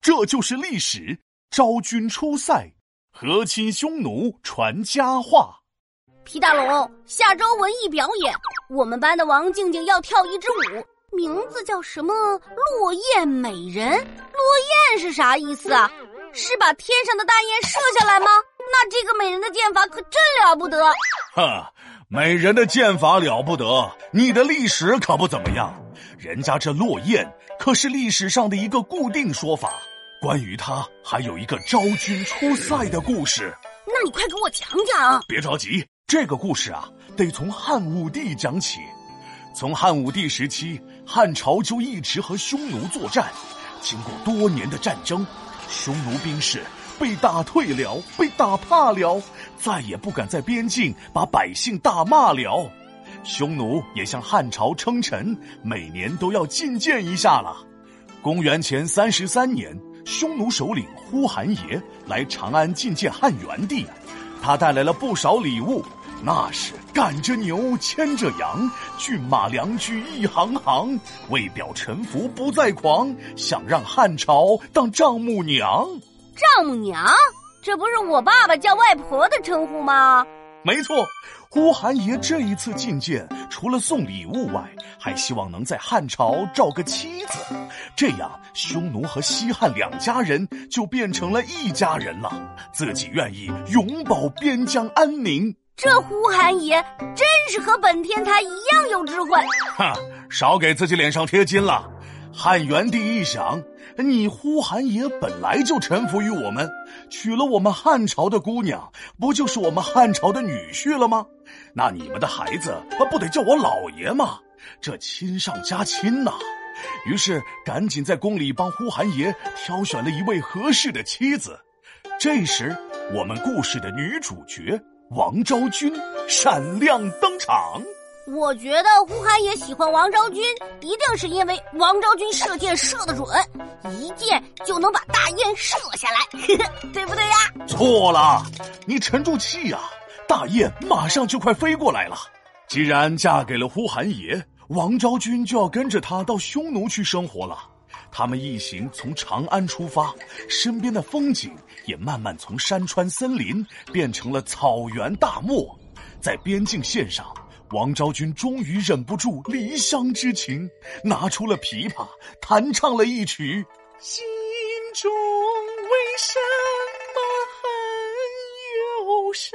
这就是历史。昭君出塞，和亲匈奴传佳话。 皮大龙，下周文艺表演，我们班的王静静要跳一支舞，名字叫什么？落雁美人。落雁是啥意思啊？是把天上的大雁射下来吗？那这个美人的剑法可真了不得。 美人的剑法了不得，你的历史可不怎么样。人家这落雁可是历史上的一个固定说法，关于它还有一个昭君出塞的故事。 那你快给我讲讲。 别着急，这个故事啊，得从汉武帝讲起。从汉武帝时期，汉朝就一直和匈奴作战，经过多年的战争，匈奴兵士被打退了，被打怕了，再也不敢在边境把百姓大骂了。匈奴也向汉朝称臣，每年都要觐见一下了。公元前33年，匈奴首领呼韩邪来长安觐见汉元帝，他带来了不少礼物，那是赶着牛牵着羊，骏马良驹一行行，为表臣服不再狂，想让汉朝当丈母娘。 丈母娘？这不是我爸爸叫外婆的称呼吗？ 没错，呼韩邪这一次觐见，除了送礼物外，还希望能在汉朝找个妻子，这样匈奴和西汉两家人就变成了一家人了，自己愿意永保边疆安宁。 这呼韩邪真是和本天才一样有智慧。 少给自己脸上贴金了。汉元帝一想，你呼韩邪本来就臣服于我们，娶了我们汉朝的姑娘，不就是我们汉朝的女婿了吗？那你们的孩子不得叫我老爷吗？这亲上加亲呐。于是赶紧在宫里帮呼韩邪挑选了一位合适的妻子。这时我们故事的女主角王昭君闪亮登场。 我觉得呼韩邪喜欢王昭君，一定是因为王昭君射箭射得准，一箭就能把大雁射下来，对不对呀？ 错了，你沉住气啊，大雁马上就快飞过来了。既然嫁给了呼韩邪，王昭君就要跟着他到匈奴去生活了。他们一行从长安出发，身边的风景也慢慢从山川森林变成了草原大漠。在边境线上，王昭君终于忍不住离乡之情，拿出了琵琶，弹唱了一曲。心中为什么很忧伤？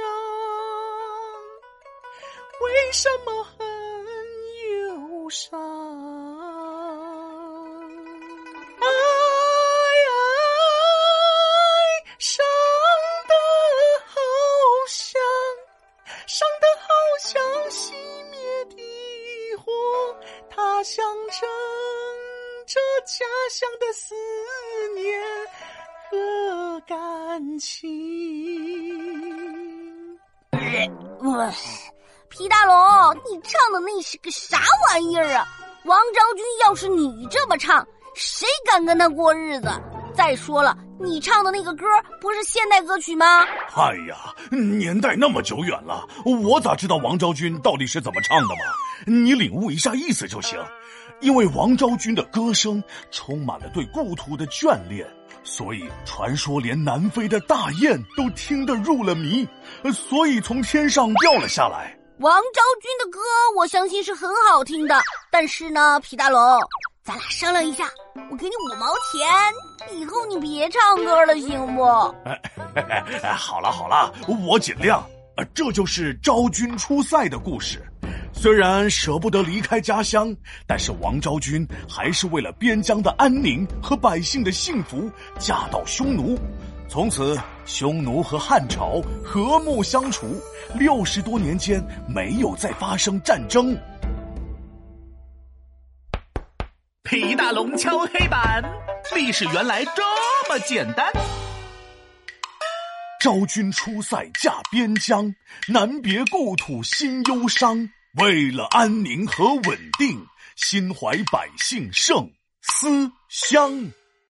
为什么很忧伤？爱爱，伤得好像，伤得好像熄灭的火，它象征着家乡的思念和感情。 皮大龙，你唱的那是个啥玩意儿啊？王昭君要是你这么唱，谁敢跟他过日子？再说了，你唱的那个歌不是现代歌曲吗？ 哎呀，年代那么久远了，我咋知道王昭君到底是怎么唱的嘛？你领悟一下意思就行。因为王昭君的歌声充满了对故土的眷恋，所以传说连南飞的大雁都听得入了迷，所以从天上掉了下来。 王昭君的歌我相信是很好听的，但是呢，皮大龙，咱俩商量一下，我给你5毛钱，以后你别唱歌了，行不？ 好了好了，我尽量。这就是昭君出塞的故事。虽然舍不得离开家乡，但是王昭君还是为了边疆的安宁和百姓的幸福，嫁到匈奴。从此，匈奴和汉朝和睦相处，60多年间没有再发生战争。 皮大龙敲黑板，历史原来这么简单。 昭君出塞嫁边疆，难别故土心忧伤。为了安宁和稳定，心怀百姓胜思乡。